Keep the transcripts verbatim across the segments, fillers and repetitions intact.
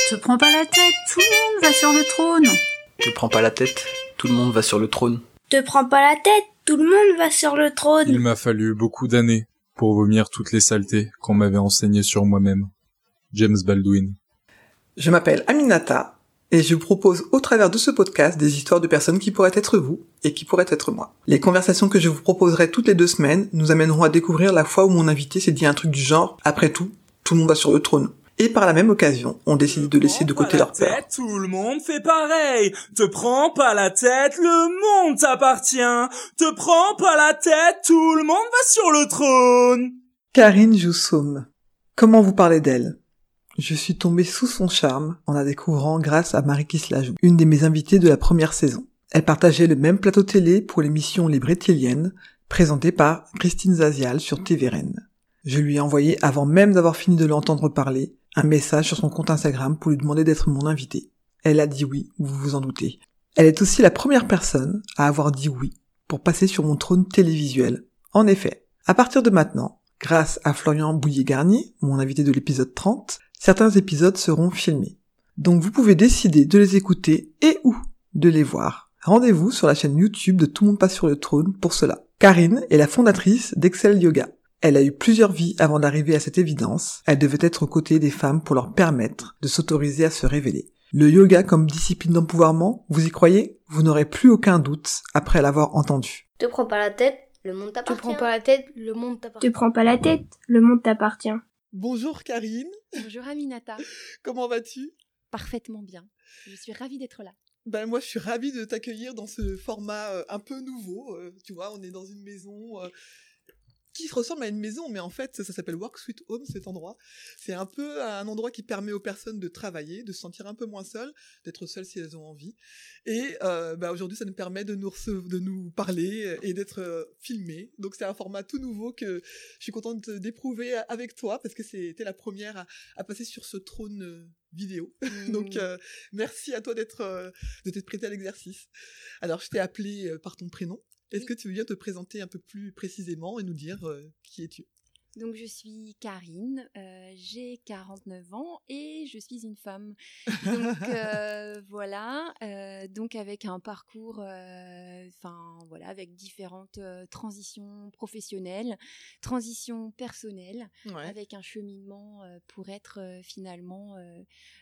Te prends pas la tête, tout le monde va sur le trône. Te prends pas la tête, tout le monde va sur le trône. Te prends pas la tête, tout le monde va sur le trône. Il m'a fallu beaucoup d'années pour vomir toutes les saletés qu'on m'avait enseignées sur moi-même. James Baldwin. Je m'appelle Aminata et je vous propose au travers de ce podcast des histoires de personnes qui pourraient être vous et qui pourraient être moi. Les conversations que je vous proposerai toutes les deux semaines nous amèneront à découvrir la fois où mon invité s'est dit un truc du genre « Après tout, tout le monde va sur le trône ». Et par la même occasion, on décide de laisser de côté leur peur. Tête, tout le monde fait pareil. Te prends pas la tête, le monde t'appartient. Te prends pas la tête, tout le monde va sur le trône. Karine Joussoum. Comment vous parler d'elle ? Je suis tombée sous son charme en la découvrant grâce à Marie Kislajou, une de mes invitées de la première saison. Elle partageait le même plateau télé pour l'émission Les Brétiliennes, présentée par Christine Zazial sur T V R N. Je lui ai envoyé, avant même d'avoir fini de l'entendre parler, un message sur son compte Instagram pour lui demander d'être mon invitée. Elle a dit oui, vous vous en doutez. Elle est aussi la première personne à avoir dit oui pour passer sur mon trône télévisuel. En effet, à partir de maintenant, grâce à Florian Bouillet-Garnier, mon invité de l'épisode trente, certains épisodes seront filmés. Donc vous pouvez décider de les écouter et ou de les voir. Rendez-vous sur la chaîne YouTube de Tout le monde passe sur le trône pour cela. Karine est la fondatrice d'Excel Yoga. Elle a eu plusieurs vies avant d'arriver à cette évidence. Elle devait être aux côtés des femmes pour leur permettre de s'autoriser à se révéler. Le yoga comme discipline d'empouvoirment, vous y croyez ? Vous n'aurez plus aucun doute après l'avoir entendu. Te prends pas la tête, le monde t'appartient. Te prends pas la tête, le monde t'appartient. Te prends pas la tête, le monde t'appartient. Bonjour Karine. Bonjour Aminata. Comment vas-tu ? Parfaitement bien. Je suis ravie d'être là. Ben moi je suis ravie de t'accueillir dans ce format euh, un peu nouveau. Euh, tu vois, on est dans une maison... Euh, qui ressemble à une maison, mais en fait, ça s'appelle Work Sweet Home, cet endroit. C'est un peu un endroit qui permet aux personnes de travailler, de se sentir un peu moins seules, d'être seules si elles ont envie. Et euh, bah aujourd'hui, ça nous permet de nous, rece- de nous parler et d'être euh, filmés. Donc c'est un format tout nouveau que je suis contente d'éprouver avec toi, parce que c'était la première à, à passer sur ce trône euh, vidéo. Mmh. Donc euh, merci à toi d'être, euh, de t'être prêtée à l'exercice. Alors je t'ai appelé euh, par ton prénom. Est-ce que tu veux bien te présenter un peu plus précisément et nous dire euh, qui es-tu ? Donc je suis Karine, euh, j'ai quarante-neuf ans et je suis une femme. Donc euh, voilà, euh, donc avec un parcours, enfin euh, voilà, avec différentes euh, transitions professionnelles, transitions personnelles, ouais. Avec un cheminement euh, pour être euh, finalement euh,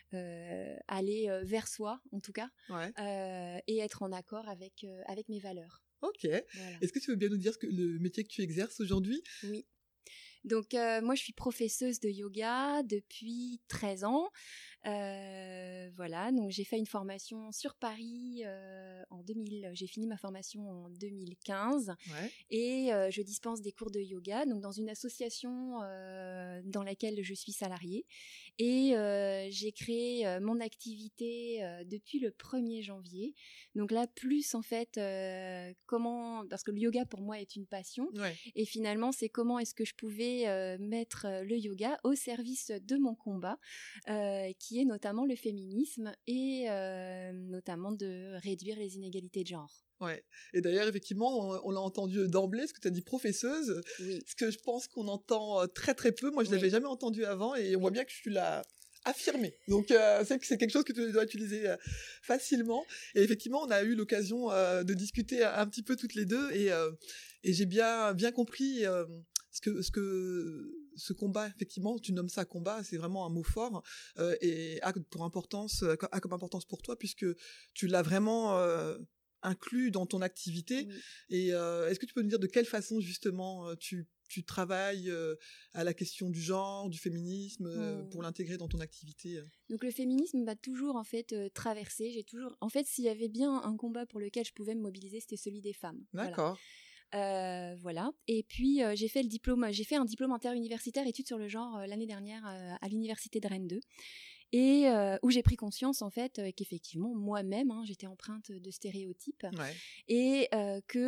euh, aller euh, vers soi en tout cas, ouais. euh, et être en accord avec euh, avec mes valeurs. Ok. Voilà. Est-ce que tu veux bien nous dire ce que, le métier que tu exerces aujourd'hui ? Oui. Donc, euh, moi, je suis professeuse de yoga depuis treize ans. Euh, voilà, donc j'ai fait une formation sur Paris euh, en deux mille. J'ai fini ma formation en deux mille quinze, ouais. Et euh, je dispense des cours de yoga donc dans une association euh, dans laquelle je suis salariée. Et euh, j'ai créé euh, mon activité euh, depuis le premier janvier. Donc là, plus en fait, euh, comment, parce que le yoga pour moi est une passion, ouais. Et finalement, c'est comment est-ce que je pouvais euh, mettre le yoga au service de mon combat, euh, qui est notamment le féminisme et euh, notamment de réduire les inégalités de genre. Ouais. Et d'ailleurs, effectivement, on, on l'a entendu d'emblée, ce que tu as dit professeuse, oui. Ce que je pense qu'on entend très très peu. Moi, je ne oui. l'avais jamais entendu avant et on oui. voit bien que tu l'as affirmé. Donc, euh, c'est, c'est quelque chose que tu dois utiliser euh, facilement. Et effectivement, on a eu l'occasion euh, de discuter un petit peu toutes les deux et, euh, et j'ai bien, bien compris euh, ce que... Ce que ce combat, effectivement, tu nommes ça combat, c'est vraiment un mot fort euh, et a pour importance, a comme importance pour toi puisque tu l'as vraiment euh, inclus dans ton activité. Oui. Et euh, est-ce que tu peux nous dire de quelle façon justement tu tu travailles euh, à la question du genre, du féminisme euh, mmh. pour l'intégrer dans ton activité ? Donc le féminisme m'a toujours en fait euh, traversée. J'ai toujours, en fait, s'il y avait bien un combat pour lequel je pouvais me mobiliser, c'était celui des femmes. D'accord. Voilà. Euh, voilà. Et puis euh, j'ai fait le diplôme, j'ai fait un diplôme interuniversitaire études sur le genre euh, l'année dernière euh, à l'université de Rennes deux. Et euh, où j'ai pris conscience en fait euh, qu'effectivement moi-même hein, j'étais empreinte de stéréotypes, ouais. Et euh, que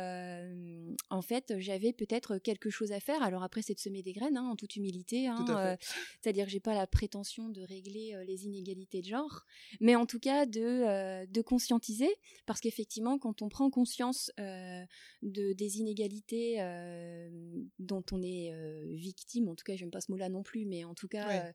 euh, en fait j'avais peut-être quelque chose à faire. Alors après c'est de semer des graines hein, en toute humilité hein, Tout à euh, c'est-à-dire que j'ai pas la prétention de régler euh, les inégalités de genre, mais en tout cas de euh, de conscientiser, parce qu'effectivement quand on prend conscience euh, de des inégalités euh, dont on est euh, victime, en tout cas j'aime pas ce mot-là non plus, mais en tout cas ouais. euh,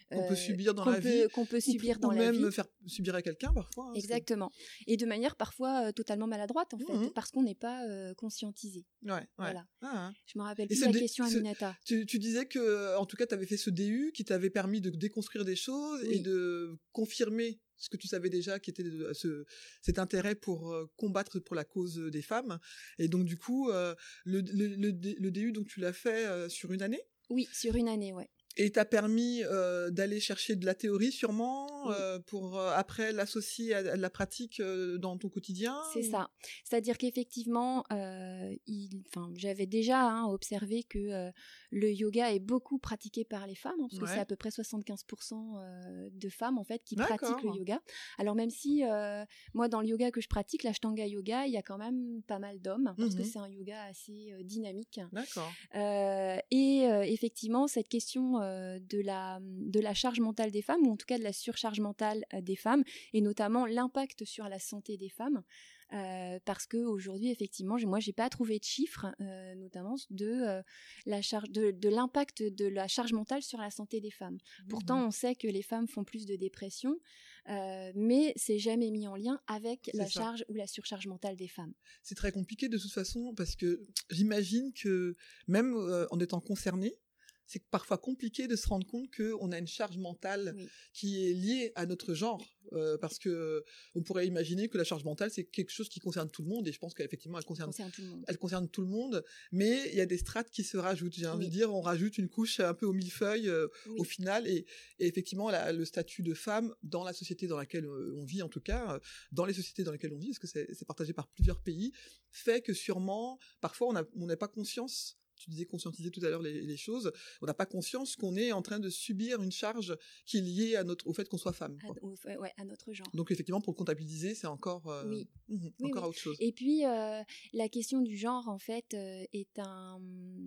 qu'on euh, peut subir dans qu'on la peut, vie, qu'on peut subir ou, dans ou la vie. même faire subir à quelqu'un parfois. Hein, Exactement. Et de manière parfois euh, totalement maladroite en fait, mmh. parce qu'on n'est pas euh, conscientisé. Ouais, ouais. Voilà. Ah, hein. Je me rappelle Et plus la dé- question, ce- Aminata. Tu, tu disais que, en tout cas, tu avais fait ce D U qui t'avait permis de déconstruire des choses Oui. et de confirmer ce que tu savais déjà, qui était de, ce, cet intérêt pour euh, combattre pour la cause des femmes. Et donc, du coup, euh, le, le, le, D- le D U, donc tu l'as fait euh, sur une année. Oui, sur une année, ouais. Et t'a permis euh, d'aller chercher de la théorie sûrement Oui. euh, pour euh, après l'associer à, à de la pratique euh, dans ton quotidien. C'est ou... ça. C'est-à-dire qu'effectivement, euh, il, enfin, j'avais déjà hein, observé que euh, le yoga est beaucoup pratiqué par les femmes, hein, parce Ouais. que c'est à peu près soixante-quinze pour cent euh, de femmes en fait qui D'accord. pratiquent le yoga. Alors même si euh, moi dans le yoga que je pratique, l'Ashtanga yoga, il y a quand même pas mal d'hommes parce Mhm. que c'est un yoga assez euh, dynamique. D'accord. Euh, et euh, effectivement, cette question euh, de la de la charge mentale des femmes, ou en tout cas de la surcharge mentale euh, des femmes, et notamment l'impact sur la santé des femmes, euh, parce que aujourd'hui, effectivement, j'ai- moi, j'ai pas trouvé de chiffres, euh, notamment de euh, la charge de de l'impact de la charge mentale sur la santé des femmes. Pourtant, on sait que les femmes font plus de dépression, euh, mais c'est jamais mis en lien avec C'est la ça. charge ou la surcharge mentale des femmes. C'est très compliqué de toute façon parce que j'imagine que même euh, en étant concerné, c'est parfois compliqué de se rendre compte que on a une charge mentale Oui. qui est liée à notre genre, euh, parce que on pourrait imaginer que la charge mentale c'est quelque chose qui concerne tout le monde, et je pense qu'effectivement elle Ça concerne, concerne tout le monde. elle concerne tout le monde, mais il y a des strates qui se rajoutent. J'ai envie Oui. de dire, on rajoute une couche un peu au millefeuille euh, Oui. au final, et, et effectivement la- le statut de femme dans la société dans laquelle euh, on vit, en tout cas euh, dans les sociétés dans lesquelles on vit, parce que c'est c'est partagé par plusieurs pays, fait que sûrement parfois on a- on n'a pas conscience. Tu disais conscientiser tout à l'heure les, les choses. On n'a pas conscience qu'on est en train de subir une charge qui est liée à notre, au fait qu'on soit femme. À, quoi. au- ouais, à notre genre. Donc effectivement, pour le comptabiliser, c'est encore, euh, Oui. mhm, Oui, encore oui. autre chose. Et puis, euh, la question du genre, en fait, euh, est un...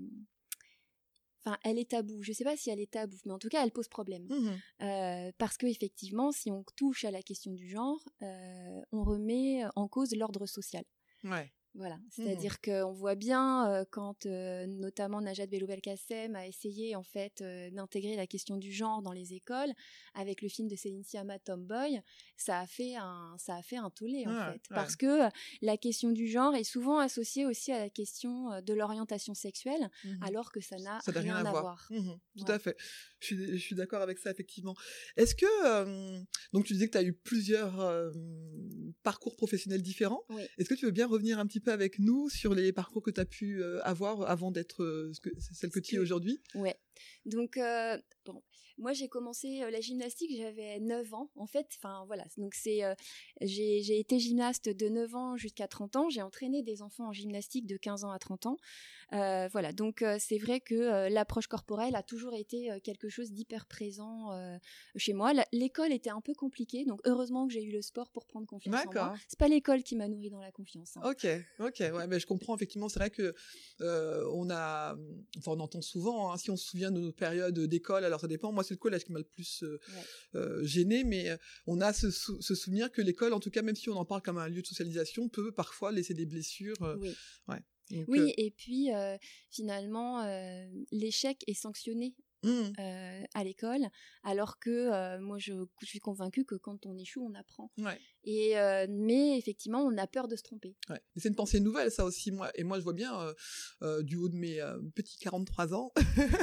Enfin, elle est taboue. Je sais pas si elle est taboue, mais en tout cas, elle pose problème. Mhm. Euh, parce que effectivement, si on touche à la question du genre, euh, on remet en cause l'ordre social. Ouais. Voilà, c'est-à-dire qu'on voit bien euh, quand euh, notamment Najat Bello-Belkacem a essayé en fait euh, d'intégrer la question du genre dans les écoles avec le film de Céline Sciamma Tomboy, ça a fait un ça a fait un tollé en Ouais, fait, ouais. parce que la question du genre est souvent associée aussi à la question euh, de l'orientation sexuelle, Mhm. alors que ça n'a Ça n'a rien, à voir. Mhm, tout Ouais. à fait. Je suis, je suis d'accord avec ça, effectivement. Est-ce que, euh, donc tu disais que tu as eu plusieurs euh, parcours professionnels différents. Oui. Est-ce que tu veux bien revenir un petit peu avec nous sur les parcours que tu as pu euh, avoir avant d'être euh, ce que, celle que tu es que- aujourd'hui? Ouais. Donc euh, bon, moi j'ai commencé euh, la gymnastique, j'avais neuf ans en fait. Enfin voilà, donc c'est euh, j'ai j'ai été gymnaste de neuf ans jusqu'à trente ans, j'ai entraîné des enfants en gymnastique de quinze ans à trente ans. Euh, voilà, donc euh, c'est vrai que euh, l'approche corporelle a toujours été euh, quelque chose d'hyper présent euh, chez moi. La- L'école était un peu compliquée, donc heureusement que j'ai eu le sport pour prendre confiance en D'accord. moi. C'est pas l'école qui m'a nourri dans la confiance. hein. Ok, ok, ouais, mais je comprends effectivement. C'est vrai que euh, on a, enfin, on entend souvent. Hein, si on se souvient de notre période d'école, alors ça dépend. Moi, c'est le collège qui m'a le plus euh, Ouais. euh, gêné, mais euh, on a ce, sou- ce souvenir que l'école, en tout cas, même si on en parle comme un lieu de socialisation, peut parfois laisser des blessures. euh, Oui. ouais. Donc, Oui, euh, et puis euh, finalement, euh, l'échec est sanctionné hum, euh, à l'école, alors que euh, moi je, je suis convaincue que quand on échoue, on apprend. ouais. Et euh, mais effectivement, on a peur de se tromper. Ouais. Mais c'est une pensée nouvelle, ça aussi, moi. Et moi, je vois bien, euh, euh, du haut de mes euh, petits quarante-trois ans,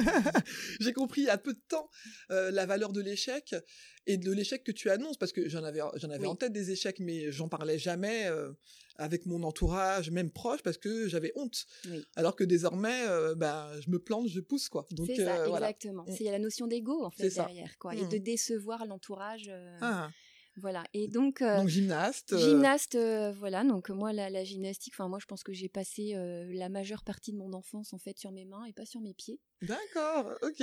j'ai compris à peu de temps euh, la valeur de l'échec et de l'échec que tu annonces, parce que j'en avais, j'en avais Oui. en tête des échecs, mais j'en parlais jamais euh, avec mon entourage, même proche, parce que j'avais honte. Oui. Alors que désormais, euh, ben, je me plante, je pousse, quoi. Donc, C'est ça, euh, voilà. exactement. Mm. C'est la notion d'ego en fait C'est ça. derrière, quoi, Mm. et de décevoir l'entourage. euh, Ah, Voilà. Et donc. euh, donc gymnaste. euh, Gymnaste, euh, voilà. Donc moi, la, la gymnastique. Enfin, moi, je pense que j'ai passé euh, la majeure partie de mon enfance en fait sur mes mains et pas sur mes pieds. D'accord, ok.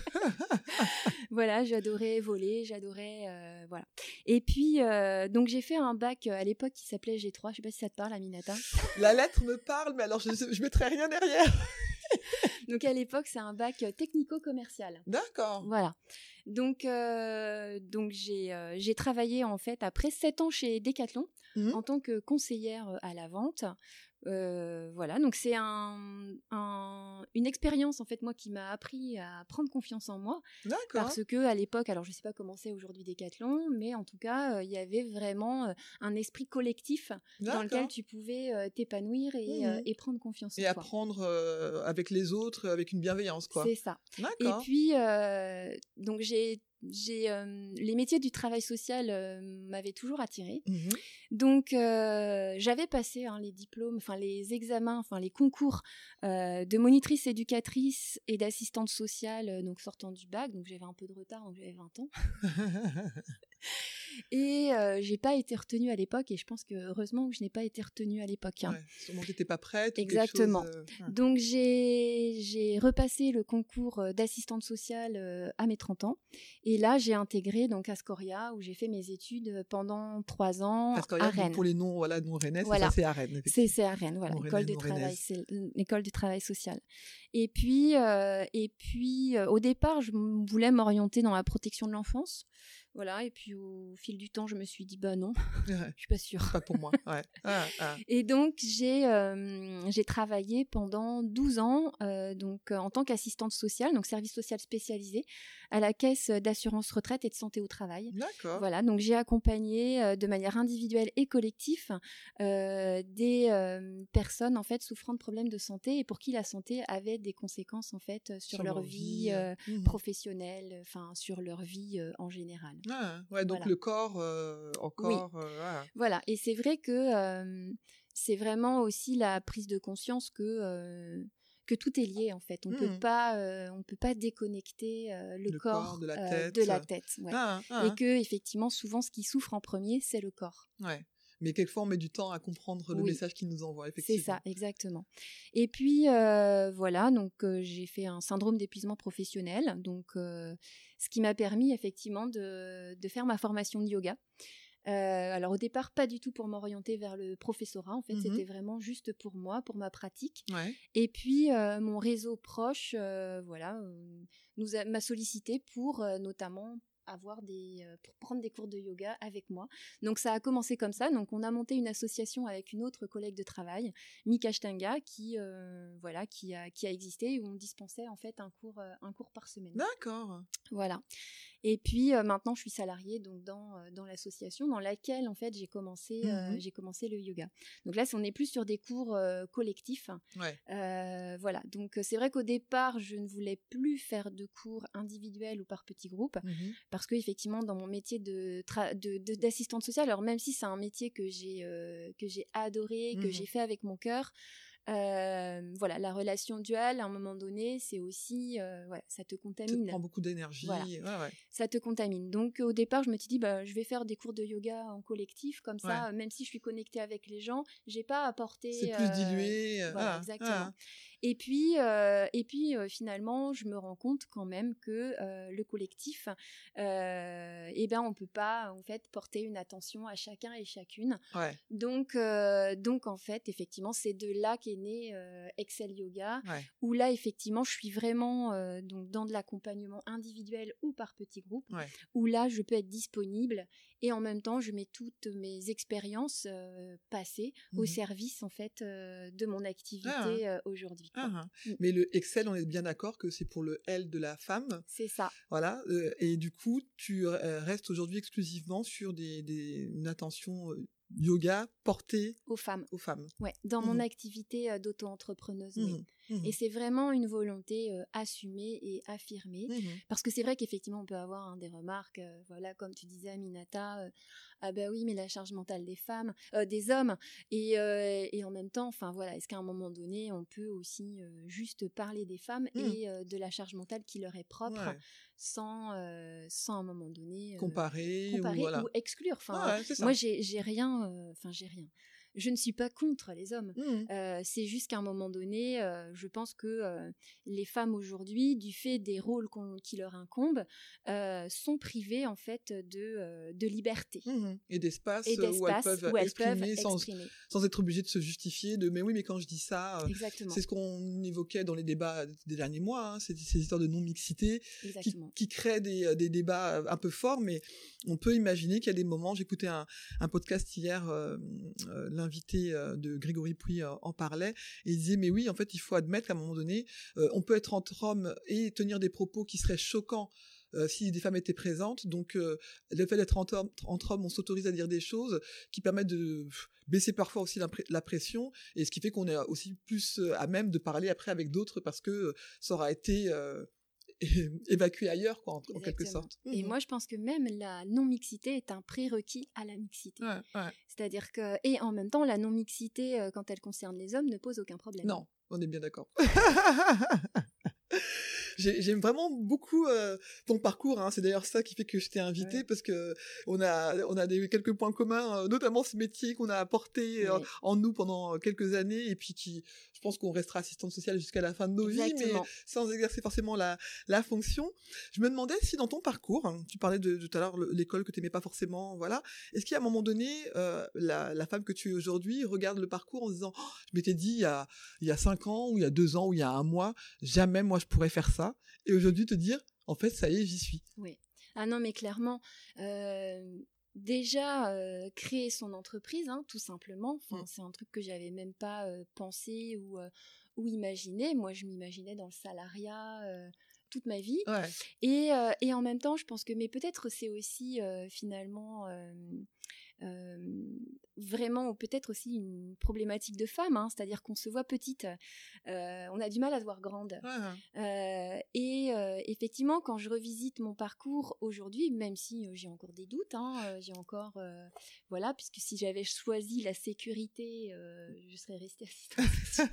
Voilà, j'adorais voler, j'adorais, euh, voilà. Et puis, euh, donc j'ai fait un bac euh, à l'époque qui s'appelait G trois. Je sais pas si ça te parle, Aminata. La lettre me parle, mais alors je, je mettrai rien derrière. Donc à l'époque, c'est un bac euh, technico-commercial. D'accord. Voilà. Donc, euh, donc j'ai euh, j'ai travaillé en fait après sept ans chez Decathlon Mhm. en tant que conseillère euh, à la vente. Euh, voilà, donc c'est un, un, une expérience en fait moi qui m'a appris à prendre confiance en moi. D'accord. Parce que à l'époque, alors je sais pas comment c'est aujourd'hui Decathlon, mais en tout cas, il euh, y avait vraiment euh, un esprit collectif D'accord. dans lequel tu pouvais euh, t'épanouir et, mmh. euh, et prendre confiance en et toi. Et apprendre euh, avec les autres, avec une bienveillance, quoi. C'est ça. D'accord. Et puis, euh, donc j'ai J'ai euh, les métiers du travail social euh, m'avaient toujours attirée. Mmh. Donc euh, j'avais passé hein, les diplômes, enfin les examens, enfin les concours euh, de monitrice éducatrice et d'assistante sociale, euh, donc sortant du bac. Donc j'avais un peu de retard, donc j'avais vingt ans. Et euh, j'ai pas été retenue à l'époque, et je pense que heureusement que je n'ai pas été retenue à l'époque. Hein. Ouais, sûrement que t'étais pas prête. Exactement. Ou quelque chose, euh... Donc j'ai j'ai repassé le concours d'assistante sociale euh, à mes trente ans, et là j'ai intégré donc Ascoria où j'ai fait mes études pendant trois ans Ascoria, à Rennes. Pour les noms voilà non rennais, voilà. ça c'est à Rennes. C'est c'est à Rennes, voilà, école du travail, c'est l'école du travail social. Et puis euh, et puis euh, au départ je voulais m'orienter dans la protection de l'enfance. Voilà, et puis au fil du temps, je me suis dit bah non, ouais. Je suis pas sûre. Pas pour moi. Ouais. Ah, ah. Et donc j'ai euh, j'ai travaillé pendant douze ans euh, donc en tant qu'assistante sociale, donc service social spécialisé à la caisse d'assurance retraite et de santé au travail. D'accord. Voilà, donc j'ai accompagné euh, de manière individuelle et collective euh, des euh, personnes en fait souffrant de problèmes de santé et pour qui la santé avait des conséquences en fait sur, sur leur, leur vie, vie euh, mmh. professionnelle, enfin sur leur vie euh, en général. Ah, ouais, donc voilà. Le corps, euh, encore. Oui. Euh, voilà. voilà, et c'est vrai que euh, c'est vraiment aussi la prise de conscience que euh, que tout est lié en fait. On mmh. peut pas, euh, on peut pas déconnecter euh, le, le corps, corps de la tête. Euh, de la tête ouais. ah, ah, et que effectivement, souvent, ce qui souffre en premier, c'est le corps. Ouais. Mais quelquefois, on met du temps à comprendre le oui. message qu'il nous envoie, effectivement. C'est ça, exactement. Et puis, euh, voilà, donc euh, j'ai fait un syndrome d'épuisement professionnel, donc euh, ce qui m'a permis, effectivement, de, de faire ma formation de yoga. Euh, alors au départ, pas du tout pour m'orienter vers le professorat, en fait, mm-hmm. c'était vraiment juste pour moi, pour ma pratique. Ouais. Et puis, euh, mon réseau proche, euh, voilà, euh, nous a, m'a sollicité pour, euh, notamment... avoir des euh, pour prendre des cours de yoga avec moi. Donc ça a commencé comme ça. Donc on a monté une association avec une autre collègue de travail, Mika Stanga, qui euh, voilà, qui a qui a existé où on dispensait en fait un cours euh, un cours par semaine. D'accord. Voilà. Et puis euh, maintenant je suis salariée donc dans euh, dans l'association dans laquelle en fait j'ai commencé mm-hmm. euh, j'ai commencé le yoga. Donc là on est plus sur des cours euh, collectifs. Ouais. Euh, voilà. Donc c'est vrai qu'au départ je ne voulais plus faire de cours individuels ou par petits groupes. Mm-hmm. Parce que effectivement dans mon métier de, tra- de, de d'assistante sociale, alors même si c'est un métier que j'ai euh, que j'ai adoré, que mmh. j'ai fait avec mon cœur, euh, voilà, la relation duale à un moment donné, c'est aussi euh, voilà, ça te contamine. Ça prend beaucoup d'énergie. Voilà. Ouais, ouais. Ça te contamine. Donc au départ, je me suis dit bah je vais faire des cours de yoga en collectif comme ça, ouais. Même si je suis connectée avec les gens, j'ai pas apporté. C'est plus euh, dilué. Voilà, ah, exactement. Ah. Et puis euh, et puis euh, finalement, je me rends compte quand même que euh, le collectif euh, eh ben on peut pas en fait porter une attention à chacun et chacune. Ouais. Donc euh, donc en fait effectivement c'est de là qu'est né euh, Excel Yoga ouais. où là effectivement je suis vraiment euh, donc dans de l'accompagnement individuel ou par petits groupes ouais. où là je peux être disponible et en même temps je mets toutes mes expériences euh, passées mmh. au service en fait euh, de mon activité ah. euh, aujourd'hui. Ah. Mmh. Mais le Excel, on est bien d'accord que c'est pour le L de la femme. C'est ça. Voilà. Euh, et du coup, tu euh, restes aujourd'hui exclusivement sur des, des une attention euh, yoga portée aux femmes. Aux femmes. Ouais, dans mmh. mon activité euh, d'auto-entrepreneuse. Mmh. Oui. Mmh. Et c'est vraiment une volonté euh, assumée et affirmée, mmh. parce que c'est vrai qu'effectivement on peut avoir hein, des remarques, euh, voilà, comme tu disais Aminata, euh, ah bah oui, mais la charge mentale des femmes, euh, des hommes, et euh, et en même temps, enfin voilà, est-ce qu'à un moment donné on peut aussi euh, juste parler des femmes mmh. et euh, de la charge mentale qui leur est propre, ouais. sans euh, sans à un moment donné euh, comparer, comparer ou, voilà. ou exclure. Enfin, ah ouais, moi j'ai j'ai rien. Enfin, euh, j'ai rien. Je ne suis pas contre les hommes. Mmh. Euh, c'est juste qu'à un moment donné, euh, je pense que euh, les femmes aujourd'hui, du fait des rôles qu'on, qui leur incombent, euh, sont privées en fait de euh, de liberté mmh. et d'espace, et d'espace où elles peuvent où elles exprimer, peuvent sans, exprimer sans être obligées de se justifier. De mais oui, mais quand je dis ça, euh, Exactement. c'est ce qu'on évoquait dans les débats des derniers mois. Hein, c'est ces histoires de non mixité qui, qui créent des des débats un peu forts, mais on peut imaginer qu'il y a des moments. J'écoutais un un podcast hier. Euh, euh, l'invité euh, de Grégory Pouy euh, en parlait, et il disait mais oui, en fait, il faut admettre qu'à un moment donné, euh, on peut être entre hommes et tenir des propos qui seraient choquants euh, si des femmes étaient présentes. Donc euh, le fait d'être entre, entre hommes, on s'autorise à dire des choses qui permettent de pff, baisser parfois aussi la, la pression, et ce qui fait qu'on est aussi plus euh, à même de parler après avec d'autres parce que euh, ça aura été euh, évacué ailleurs, quoi, en, en quelque sorte. Et mmh. moi, je pense que même la non-mixité est un prérequis à la mixité. Ouais, ouais. C'est-à-dire que, et en même temps, la non-mixité, euh, quand elle concerne les hommes, ne pose aucun problème. Non, on est bien d'accord. J'ai, j'aime vraiment beaucoup euh, ton parcours, hein. C'est d'ailleurs ça qui fait que je t'ai invité, ouais. parce que on a on a des quelques points communs, euh, notamment ce métier qu'on a apporté euh, ouais. en nous pendant quelques années, et puis qui, je pense qu'on restera assistante sociale jusqu'à la fin de nos Exactement. vies, mais sans exercer forcément la la fonction. Je me demandais si dans ton parcours, hein, tu parlais de, de tout à l'heure l'école que t'aimais pas forcément, voilà, est-ce qu'à un moment donné, euh, la la femme que tu es aujourd'hui regarde le parcours en se disant, oh, je m'étais dit il y a il y a cinq ans ou il y a deux ans ou il y a un mois, jamais moi je pourrais faire ça. Et aujourd'hui te dire, en fait, ça y est, j'y suis. Oui. Ah non, mais clairement, euh, déjà, euh, créer son entreprise, hein, tout simplement, enfin, mmh. c'est un truc que j'avais même pas euh, pensé ou, euh, ou imaginé. Moi, je m'imaginais dans le salariat euh, toute ma vie. Ouais. Et, euh, et en même temps, je pense que, mais peut-être c'est aussi euh, finalement... Euh, Euh, vraiment, ou peut-être aussi une problématique de femme, hein, c'est-à-dire qu'on se voit petite, euh, on a du mal à se voir grande. Ouais. Euh, et euh, effectivement, quand je revisite mon parcours aujourd'hui, même si euh, j'ai encore des doutes, hein, euh, j'ai encore, euh, voilà, puisque si j'avais choisi la sécurité, euh, je serais restée assistante.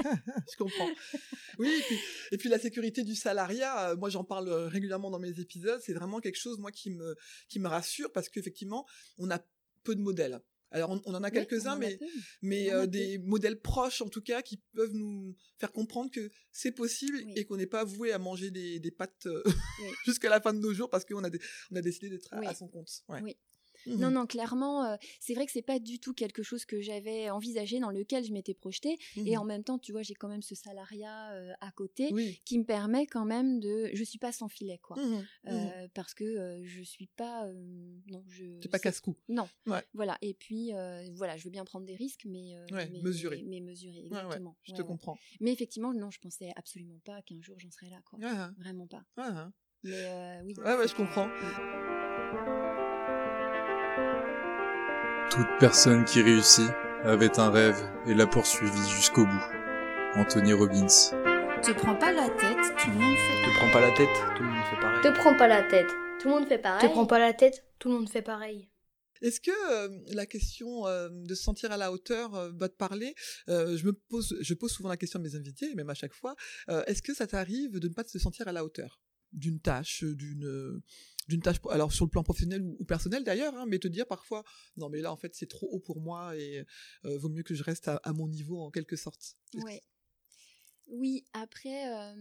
Je comprends. Oui, et puis, et puis la sécurité du salariat, euh, moi j'en parle régulièrement dans mes épisodes, c'est vraiment quelque chose, moi, qui me, qui me rassure, parce qu'effectivement, on a peu de modèles. Alors on, on en a quelques-uns, oui, mais, mais euh, des modèles proches en tout cas qui peuvent nous faire comprendre que c'est possible, oui. et qu'on n'est pas voué à manger des, des pâtes euh, oui. jusqu'à la fin de nos jours parce qu'on a, des, on a décidé d'être oui. à, à son compte. Ouais. Oui. Mmh. Non, non, clairement, euh, c'est vrai que c'est pas du tout quelque chose que j'avais envisagé, dans lequel je m'étais projetée. Mmh. Et en même temps, tu vois, j'ai quand même ce salariat euh, à côté, oui. qui me permet quand même de... Je suis pas sans filet, quoi. Mmh. Euh, mmh. Parce que euh, je suis pas... Euh, non, je... T'es pas casse-cou. Non. Ouais. Voilà. Et puis, euh, voilà, je veux bien prendre des risques, mais... Euh, ouais, mais mesurer. Mais, mais mesurer, exactement. Ouais, ouais, je ouais, te ouais. comprends. Mais effectivement, non, je pensais absolument pas qu'un jour j'en serais là, quoi. Ah, Vraiment pas. Ah, mais euh, oui. Ouais, ouais, je comprends. Toute personne qui réussit avait un rêve et l'a poursuivi jusqu'au bout. Anthony Robbins. Te prends pas la tête, tout le monde fait. Te prends pas la tête, tout le monde fait pareil. Te prends pas la tête, tout le monde fait pareil. Te prends pas la tête, tout le monde fait pareil. Est-ce que euh, la question euh, de se sentir à la hauteur euh, va te parler? euh, Je me pose, je pose souvent la question à mes invités, même à chaque fois. Euh, est-ce que ça t'arrive de ne pas te sentir à la hauteur d'une tâche, d'une d'une tâche, alors sur le plan professionnel ou, ou personnel d'ailleurs, hein, mais te dire parfois, non mais là en fait c'est trop haut pour moi et euh, vaut mieux que je reste à, à mon niveau en quelque sorte. Ouais. Oui, après, euh,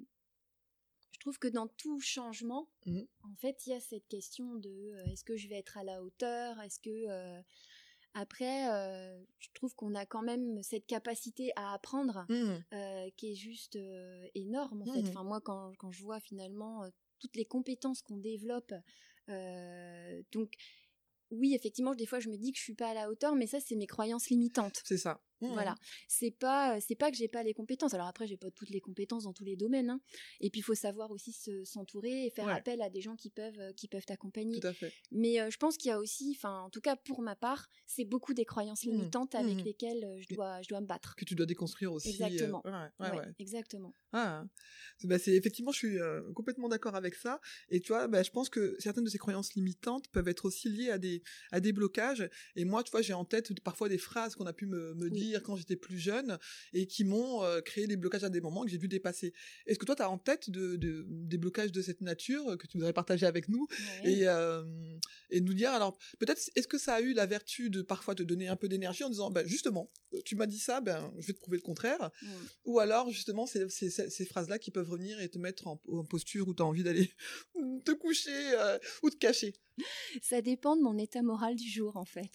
je trouve que dans tout changement, mmh. en fait, il y a cette question de euh, est-ce que je vais être à la hauteur, est-ce que... Euh, après, euh, je trouve qu'on a quand même cette capacité à apprendre mmh. euh, qui est juste euh, énorme, en mmh. fait. Enfin, moi, quand, quand je vois finalement... Euh, toutes les compétences qu'on développe. Euh, donc, oui, effectivement, des fois, je me dis que je suis pas à la hauteur, mais ça, c'est mes croyances limitantes. C'est ça. Mmh. Voilà. C'est pas, c'est pas que j'ai pas les compétences. Alors après, j'ai pas toutes les compétences dans tous les domaines. Hein. Et puis, il faut savoir aussi se, s'entourer et faire ouais. appel à des gens qui peuvent, qui peuvent t'accompagner. Tout à fait. Mais euh, je pense qu'il y a aussi, enfin, en tout cas pour ma part, c'est beaucoup des croyances limitantes mmh. avec mmh. lesquelles je dois, je dois me battre. Que tu dois déconstruire aussi. Exactement. Euh, ouais, ouais, ouais, ouais. Exactement. Ah, bah c'est effectivement, je suis euh, complètement d'accord avec ça. Et tu vois, bah, je pense que certaines de ces croyances limitantes peuvent être aussi liées à des à des blocages. Et moi, tu vois, j'ai en tête parfois des phrases qu'on a pu me, me oui. dire quand j'étais plus jeune et qui m'ont euh, créé des blocages à des moments que j'ai dû dépasser. Est-ce que toi, tu as en tête de, de, des blocages de cette nature que tu voudrais partager avec nous ouais. et, euh, et nous dire, alors, peut-être, est-ce que ça a eu la vertu de parfois te donner un peu d'énergie en disant, ben, justement, tu m'as dit ça, ben, je vais te prouver le contraire. Ouais. Ou alors, justement, c'est, c'est, c'est, ces phrases-là qui peuvent revenir et te mettre en, en posture où tu as envie d'aller te coucher euh, ou te cacher. Ça dépend de mon état moral du jour, en fait.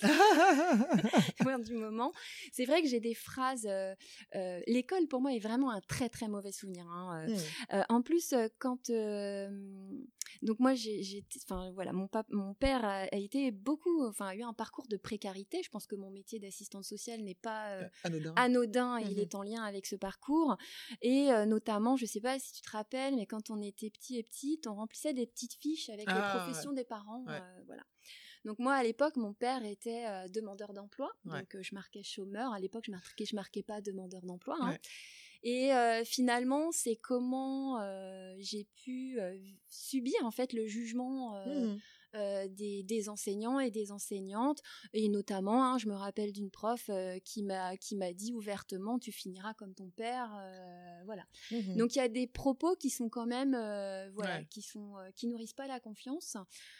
du moment. C'est vrai que j'ai des phrases... Euh, euh, l'école, pour moi, est vraiment un très, très mauvais souvenir. Hein. Euh, mmh. euh, en plus, quand... Euh, donc moi, j'ai, j'ai, enfin voilà, mon, pap- mon père a, a été beaucoup, enfin a eu un parcours de précarité. Je pense que mon métier d'assistante sociale n'est pas euh, anodin. anodin, et Mhm. il est en lien avec ce parcours. Et euh, notamment, je sais pas si tu te rappelles, mais quand on était petit et petite, on remplissait des petites fiches avec Ah, les professions ouais. des parents, Ouais. euh, voilà. Donc moi, à l'époque, mon père était euh, demandeur d'emploi, Ouais. donc euh, je marquais chômeur. À l'époque, je marquais, je marquais pas demandeur d'emploi. Hein. Ouais. Et euh, finalement, c'est comment euh, j'ai pu euh, subir en fait le jugement euh, Mhm. euh, des, des enseignants et des enseignantes, et notamment, hein, je me rappelle d'une prof euh, qui m'a qui m'a dit ouvertement, tu finiras comme ton père, euh, voilà. Mhm. Donc il y a des propos qui sont quand même, euh, voilà, Ouais. qui sont euh, qui nourrissent pas la confiance.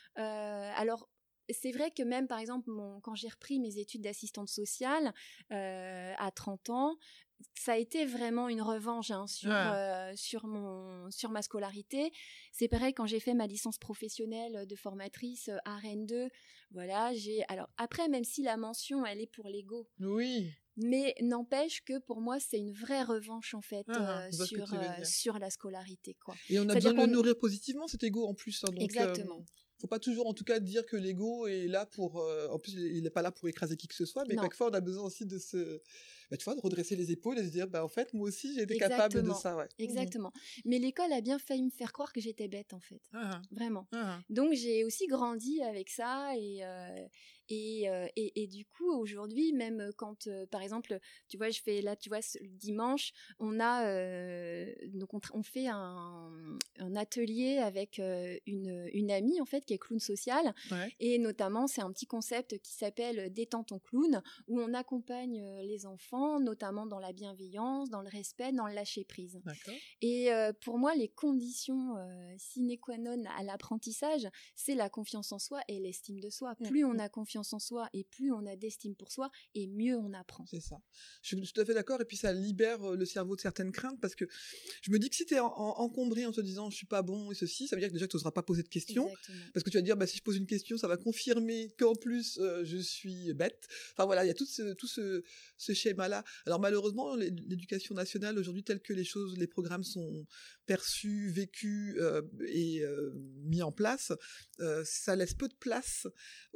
Euh, alors c'est vrai que même, par exemple, mon, quand j'ai repris mes études d'assistante sociale euh, à trente ans, ça a été vraiment une revanche hein, sur, Ouais. euh, sur, mon, sur ma scolarité. C'est pareil quand j'ai fait ma licence professionnelle de formatrice euh, à Rennes deux. Voilà, j'ai, alors après, même si la mention, elle est pour l'ego, Oui. mais n'empêche que pour moi, c'est une vraie revanche en fait Ah, euh, je vois ce que sur, tu veux euh, dire. sur la scolarité. Quoi. Et on a C'est-à-dire besoin de le qu'on- nourrir positivement, cet ego en plus. Hein, donc, Exactement. euh, faut pas toujours, en tout cas, dire que l'ego est là pour. euh, en plus, il n'est pas là pour écraser qui que ce soit, mais Non. quelquefois, on a besoin aussi de se. Bah, tu vois, de redresser les épaules et de se dire, bah, en fait, moi aussi, j'ai été capable de Exactement. ça. Ouais. Exactement. Mais l'école a bien failli me faire croire que j'étais bête en fait. Mhm. Ah, Vraiment. ah, Donc j'ai aussi grandi avec ça et euh, et, euh, et et du coup aujourd'hui même quand euh, par exemple tu vois je fais là tu vois ce- le dimanche on a euh, donc on, tra- on fait un, un atelier avec euh, une une amie en fait qui est clown social ouais. et notamment c'est un petit concept qui s'appelle Détends ton clown où on accompagne euh, les enfants notamment dans la bienveillance, dans le respect, dans le lâcher prise. D'accord. Et euh, pour moi, les conditions euh, sine qua non à l'apprentissage, c'est la confiance en soi et l'estime de soi. Mm. Plus on a confiance en soi et plus on a d'estime pour soi, et mieux on apprend. C'est ça. Je suis tout à fait d'accord. Et puis, ça libère euh, le cerveau de certaines craintes parce que je me dis que si tu es en, en- encombré en te disant je suis pas bon et ceci, ça veut dire que déjà, tu n'oseras pas poser de questions. Exactement. Parce que tu vas dire, bah, si je pose une question, ça va confirmer qu'en plus, euh, je suis bête. Enfin voilà, il y a tout ce, tout ce, ce schéma-là. Alors malheureusement, l'é- l'éducation nationale, aujourd'hui, telle que les choses, les programmes sont perçus, vécus euh, et euh, mis en place, euh, ça laisse peu de place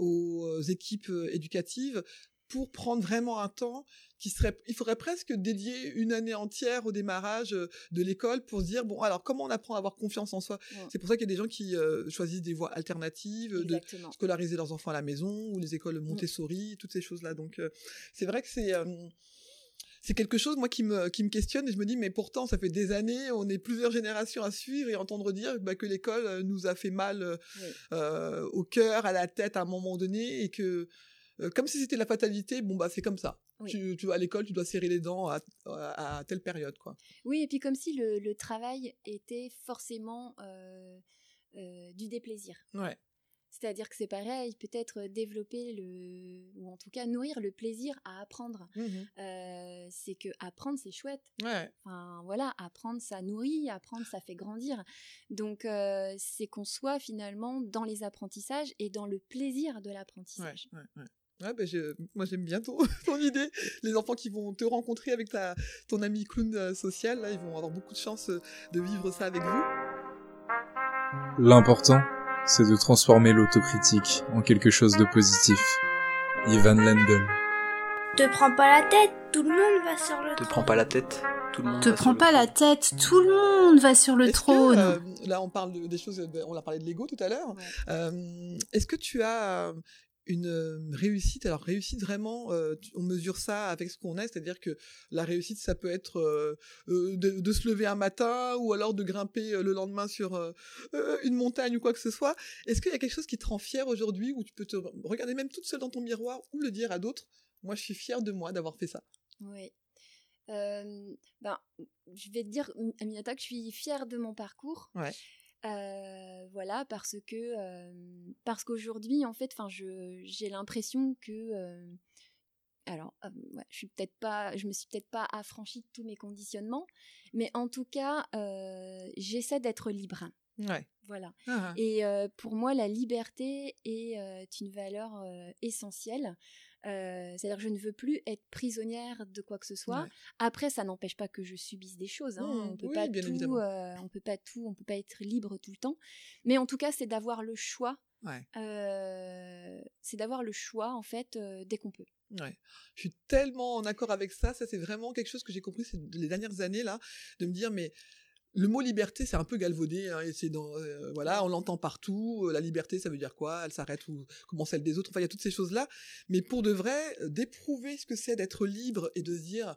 aux équipes euh, éducatives pour prendre vraiment un temps qui serait, il faudrait presque dédier une année entière au démarrage euh, de l'école pour se dire, bon, alors comment on apprend à avoir confiance en soi? Ouais. C'est pour ça qu'il y a des gens qui euh, choisissent des voies alternatives, de Exactement. scolariser leurs enfants à la maison, ou les écoles Montessori, toutes ces choses-là. Donc, euh, c'est vrai que c'est... euh, c'est quelque chose, moi, qui me, qui me questionne, et je me dis, mais pourtant, ça fait des années, on est plusieurs générations à suivre et entendre dire bah, que l'école euh, nous a fait mal euh, Oui. euh, au cœur, à la tête, à un moment donné, et que, euh, comme si c'était la fatalité, bon, bah, c'est comme ça. Oui. Tu, tu vas à l'école, tu dois serrer les dents à, à, à telle période, quoi. Oui, et puis comme si le, le travail était forcément euh, euh, du déplaisir. Ouais. C'est-à-dire que c'est pareil, peut-être développer le, ou en tout cas nourrir le plaisir à apprendre. Mmh. Euh, c'est que apprendre c'est chouette. Ouais. Enfin voilà, apprendre ça nourrit, apprendre ça fait grandir. Donc euh, c'est qu'on soit finalement dans les apprentissages et dans le plaisir de Ouais, l'apprentissage. ouais, ouais. Ouais, ben je, moi j'aime bien ton, ton idée. Les enfants qui vont te rencontrer avec ta, ton ami clown euh, social, là, ils vont avoir beaucoup de chance euh, de vivre ça avec vous. L'important, c'est de transformer l'autocritique en quelque chose de positif. Ivan Lendl. Te prends pas la tête, tout le monde va sur le Te trône. prends pas la tête, tout le monde Te va sur prends le pas la trône. tête, tout le monde va sur le Est-ce que, trône. euh, là, on parle de- des choses, euh, on a parlé de l'ego tout à l'heure. Ouais. Euh, est-ce que tu as euh, une euh, réussite? Alors, réussite vraiment, euh, tu- on mesure ça avec ce qu'on est, c'est-à-dire que la réussite, ça peut être euh, euh, de, de se lever un matin ou alors de grimper euh, le lendemain sur euh, euh, une montagne ou quoi que ce soit. Est-ce qu'il y a quelque chose qui te rend fier aujourd'hui, où tu peux te regarder même toute seule dans ton miroir ou le dire à d'autres? Moi, je suis fière de moi d'avoir fait ça. Oui. Euh, ben, je vais te dire, Aminata, que je suis fière de mon parcours. Ouais. Euh, voilà, parce que euh, parce qu'aujourd'hui, en fait, enfin, je j'ai l'impression que euh, alors, euh, ouais, je suis peut-être pas, je me suis peut-être pas affranchie de tous mes conditionnements, mais en tout cas, euh, j'essaie d'être libre. Ouais. Voilà. Ah. Et euh, pour moi, la liberté est euh, une valeur euh, essentielle. Euh, c'est-à-dire que je ne veux plus être prisonnière de quoi que ce soit. Ouais. Après, ça n'empêche pas que je subisse des choses. Hein. Mmh, on peut oui, pas bien tout, évidemment. euh, on peut pas tout, on peut pas être libre tout le temps. Mais en tout cas, c'est d'avoir le choix. Ouais. Euh, c'est d'avoir le choix en fait euh, dès qu'on peut. Ouais. Je suis tellement en accord avec ça. Ça, c'est vraiment quelque chose que j'ai compris ces, les dernières années là, de me dire mais le mot liberté, c'est un peu galvaudé, hein, et c'est dans, euh, voilà, on l'entend partout. Euh, la liberté, ça veut dire quoi? Elle s'arrête ou comment celle des autres? Enfin, il y a toutes ces choses-là. Mais pour de vrai, euh, d'éprouver ce que c'est d'être libre et de se dire,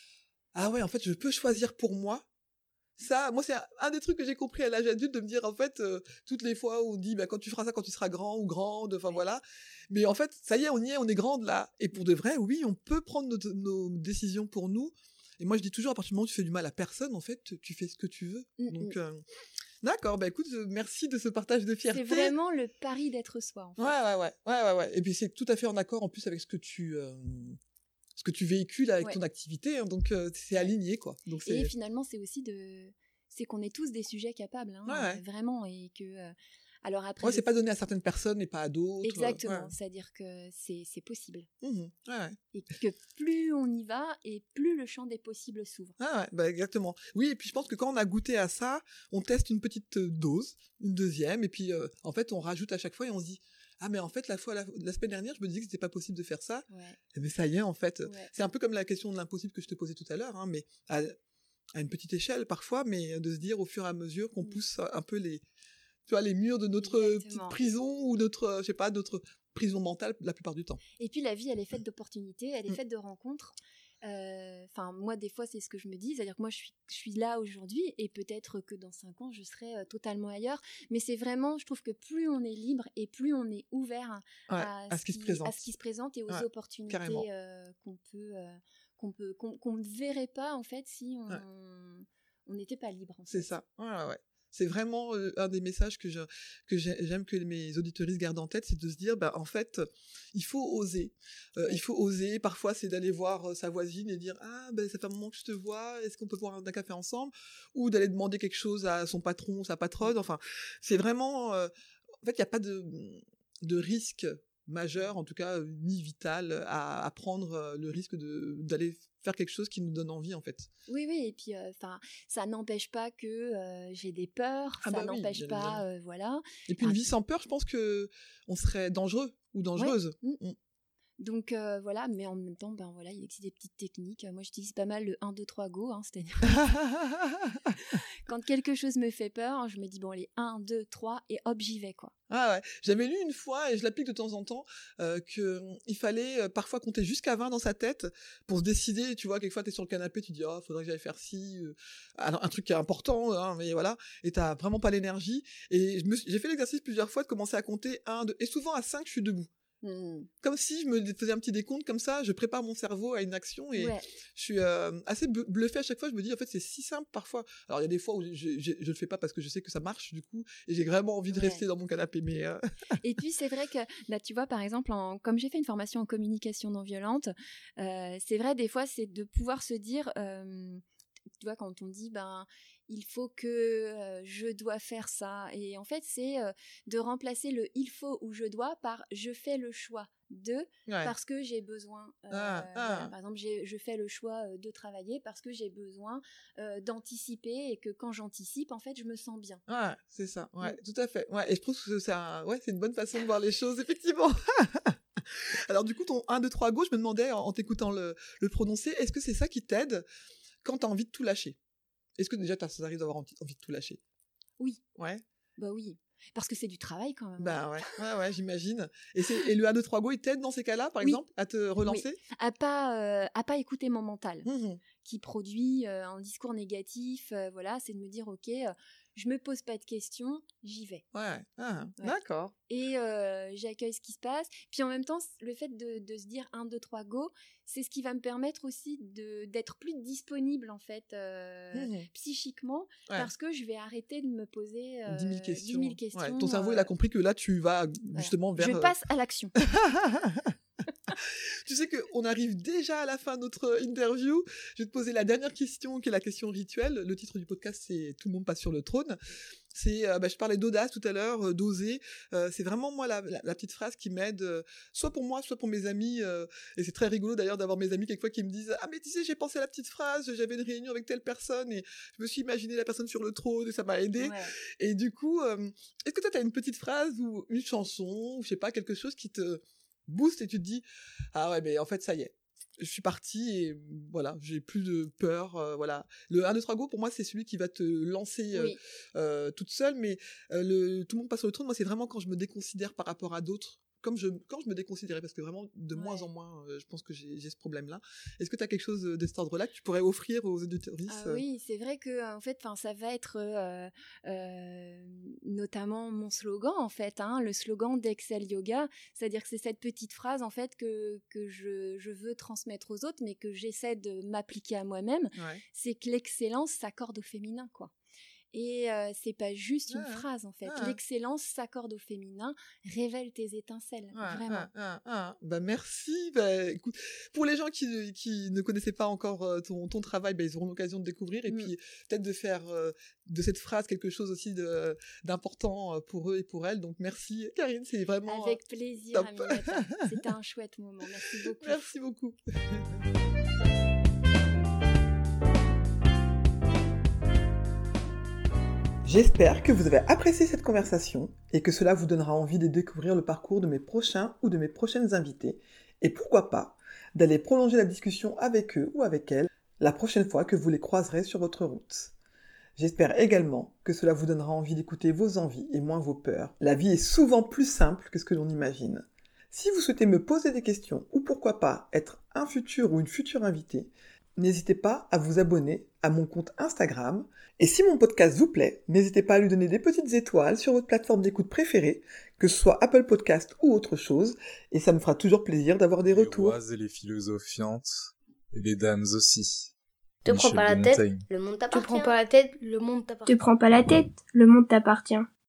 ah ouais, en fait, je peux choisir pour moi. Ça, moi, c'est un, un des trucs que j'ai compris à l'âge adulte, de me dire, en fait, euh, toutes les fois où on dit, bah, quand tu feras ça, quand tu seras grand ou grande, enfin, voilà. Mais en fait, ça y est, on y est, on est grande, là. Et pour de vrai, oui, on peut prendre nos, nos décisions pour nous. Et moi, je dis toujours, à partir du moment où tu fais du mal à personne, en fait, tu fais ce que tu veux. Mmh, Donc, euh, d'accord, bah écoute, merci de ce partage de fierté. C'est vraiment le pari d'être soi, en fait. Ouais, ouais, ouais, ouais, ouais, ouais. Et puis, c'est tout à fait en accord, en plus, avec ce que tu, euh, ce que tu véhicules avec ouais. ton activité. Hein, donc, euh, c'est aligné, quoi. Donc, c'est... Et finalement, c'est aussi de... C'est qu'on est tous des sujets capables, hein, ouais, ouais. vraiment, et que... Euh... Alors après, ouais, c'est pas donné à certaines personnes et pas à d'autres. Exactement, ouais. c'est-à-dire que c'est, c'est possible. Mmh, ouais, ouais. Et que plus on y va, et plus le champ des possibles s'ouvre. Ah ouais, bah exactement. Oui, et puis je pense que quand on a goûté à ça, on teste une petite dose, une deuxième, et puis euh, en fait, on rajoute à chaque fois et on se dit, ah mais en fait, la fois, la, la semaine dernière, je me disais que c'était pas possible de faire ça. Ouais. Et mais ça y est, en fait. Ouais. C'est un peu comme la question de l'impossible que je te posais tout à l'heure, hein, mais à, à une petite échelle parfois, mais de se dire au fur et à mesure qu'on pousse un peu les... tu vois, les murs de notre Exactement. petite prison ou notre, je sais pas, notre prison mentale la plupart du temps. Et puis la vie, elle est faite d'opportunités, elle est mmh. faite de rencontres. Enfin, euh, moi, des fois, c'est ce que je me dis, c'est-à-dire que moi, je suis, je suis là aujourd'hui et peut-être que dans cinq ans, je serai euh, totalement ailleurs. Mais c'est vraiment, je trouve que plus on est libre et plus on est ouvert ouais, à, à, ce qui, qui se présente. à ce qui se présente et aux ouais, opportunités euh, qu'on peut, euh, qu'on peut, qu'on, qu'on ne verrait pas en fait si on, ouais. on n'était pas libre. En fait. C'est ça. Ouais, ouais, ouais. C'est vraiment euh, un des messages que, je, que j'aime que mes auditeuristes gardent en tête, c'est de se dire, bah, en fait, il faut oser. Euh, ouais. Il faut oser. Parfois, c'est d'aller voir euh, sa voisine et dire, ah, ben, ça fait un moment que je te vois, est-ce qu'on peut boire un, un café ensemble? Ou d'aller demander quelque chose à son patron, sa patronne. Enfin, c'est vraiment... Euh, en fait, il n'y a pas de, de risque majeur, en tout cas, euh, ni vital, à, à prendre euh, le risque de, d'aller faire quelque chose qui nous donne envie, en fait. Oui, oui, et puis, enfin, euh, ça n'empêche pas que euh, j'ai des peurs, ah ça bah n'empêche oui, pas, euh, voilà. Et puis, une ah, vie sans peur, je pense que on serait dangereux ou dangereuse. Ouais. Mmh. Mmh. Donc, euh, voilà, mais en même temps, ben voilà, il existe des petites techniques. Moi, j'utilise pas mal le un, deux, trois, go, hein, c'est-à-dire quand quelque chose me fait peur, je me dis, bon, allez, un, deux, trois, et hop, j'y vais, quoi. Ah ouais, j'avais lu une fois, et je l'applique de temps en temps, euh, qu'il fallait euh, parfois compter jusqu'à vingt dans sa tête pour se décider. Tu vois, quelquefois, t'es sur le canapé, tu dis, oh, faudrait que j'aille faire ci, euh, un truc qui est important, hein, mais voilà, et t'as vraiment pas l'énergie. Et je me suis, j'ai fait l'exercice plusieurs fois de commencer à compter un, deux, et souvent à cinq, je suis debout. Mmh. Comme si je me faisais un petit décompte comme ça, je prépare mon cerveau à une action et ouais. je suis euh, assez bluffée à chaque fois. Je me dis en fait c'est si simple parfois. Alors il y a des fois où je, je, je le fais pas parce que je sais que ça marche du coup et j'ai vraiment envie de ouais. rester dans mon canapé. Mais euh... et puis c'est vrai que là tu vois par exemple en, comme j'ai fait une formation en communication non violente, euh, c'est vrai des fois c'est de pouvoir se dire euh, tu vois quand on dit ben il faut que euh, je dois faire ça et en fait c'est euh, de remplacer le il faut ou je dois par je fais le choix de ouais. parce que j'ai besoin euh, ah, ah. Voilà, par exemple j'ai, je fais le choix de travailler parce que j'ai besoin euh, d'anticiper et que quand j'anticipe en fait je me sens bien. Ouais c'est ça ouais mmh. tout à fait ouais et je trouve que c'est un, ouais c'est une bonne façon de voir les choses effectivement. Alors du coup ton un, deux, trois go je me demandais en, en t'écoutant le, le prononcer est-ce que c'est ça qui t'aide quand t'as envie de tout lâcher? Est-ce que déjà, ça arrive d'avoir envie de tout lâcher? Oui. Ouais. Bah oui. Parce que c'est du travail quand même. Bah ouais, ouais, ouais, j'imagine. Et, c'est, et le un, deux, trois, go, il t'aide dans ces cas-là, par oui. exemple, à te relancer? Oui. À pas, euh, à pas écouter mon mental, mmh. qui produit euh, un discours négatif. Euh, voilà, c'est de me dire, ok, euh, je me pose pas de questions, j'y vais. Ouais, ah, ouais. D'accord. Et euh, j'accueille ce qui se passe. Puis en même temps, le fait de, de se dire un, deux, trois, go, c'est ce qui va me permettre aussi de, d'être plus disponible, en fait, euh, mmh. psychiquement, ouais. parce que je vais arrêter de me poser euh, dix mille questions. dix mille questions ouais. Ton cerveau, euh... il a compris que là, tu vas justement voilà. vers... Je passe à l'action. Tu sais qu'on arrive déjà à la fin de notre interview. Je vais te poser la dernière question, qui est la question rituelle. Le titre du podcast, c'est « Tout le monde passe sur le trône ». C'est, euh, bah, je parlais d'audace tout à l'heure, euh, d'oser. Euh, c'est vraiment moi la, la, la petite phrase qui m'aide, euh, soit pour moi, soit pour mes amis. Euh, et c'est très rigolo d'ailleurs d'avoir mes amis quelquefois qui me disent ah mais tu sais j'ai pensé à la petite phrase, j'avais une réunion avec telle personne et je me suis imaginé la personne sur le trône et ça m'a aidé. Ouais. Et du coup, euh, est-ce que toi t'as une petite phrase ou une chanson ou je sais pas quelque chose qui te booste et tu te dis ah ouais mais en fait ça y est. Je suis partie et voilà, j'ai plus de peur, euh, voilà. Le un, deux, trois go, pour moi, c'est celui qui va te lancer euh, oui. euh, toute seule, mais euh, le tout le monde passe sur le trône, moi, c'est vraiment quand je me déconsidère par rapport à d'autres, comme je, quand je me déconsidérais, parce que vraiment, de ouais. moins en moins, euh, je pense que j'ai, j'ai ce problème-là. Est-ce que tu as quelque chose de cet ordre-là que tu pourrais offrir aux auditeurs? Ah euh... oui, c'est vrai que en fait, ça va être euh, euh, notamment mon slogan, en fait, hein, le slogan d'Excel Yoga, c'est-à-dire que c'est cette petite phrase, en fait, que, que je, je veux transmettre aux autres, mais que j'essaie de m'appliquer à moi-même, ouais. c'est que l'excellence s'accorde au féminin, quoi. Et euh, c'est pas juste une ah, phrase en fait. Ah, L'excellence s'accorde au féminin, révèle tes étincelles, ah, vraiment. Ah, ah, ah. Bah merci. Bah, écoute, pour les gens qui qui ne connaissaient pas encore euh, ton ton travail, bah, ils auront l'occasion de découvrir et mm. puis peut-être de faire euh, de cette phrase quelque chose aussi de d'important pour eux et pour elles. Donc merci Karine, c'est vraiment avec plaisir. Aminata. C'était un chouette moment. Merci beaucoup. Merci beaucoup. J'espère que vous avez apprécié cette conversation et que cela vous donnera envie de découvrir le parcours de mes prochains ou de mes prochaines invités et pourquoi pas d'aller prolonger la discussion avec eux ou avec elles la prochaine fois que vous les croiserez sur votre route. J'espère également que cela vous donnera envie d'écouter vos envies et moins vos peurs. La vie est souvent plus simple que ce que l'on imagine. Si vous souhaitez me poser des questions ou pourquoi pas être un futur ou une future invitée, n'hésitez pas à vous abonner à mon compte Instagram. Et si mon podcast vous plaît, n'hésitez pas à lui donner des petites étoiles sur votre plateforme d'écoute préférée, que ce soit Apple Podcast ou autre chose, et ça me fera toujours plaisir d'avoir des les retours. Les rois et les philosophiantes, et les dames aussi. Te prends pas la tête, le monde t'appartient. Te prends pas la tête, le monde t'appartient. Te prends pas la tête, le monde t'appartient.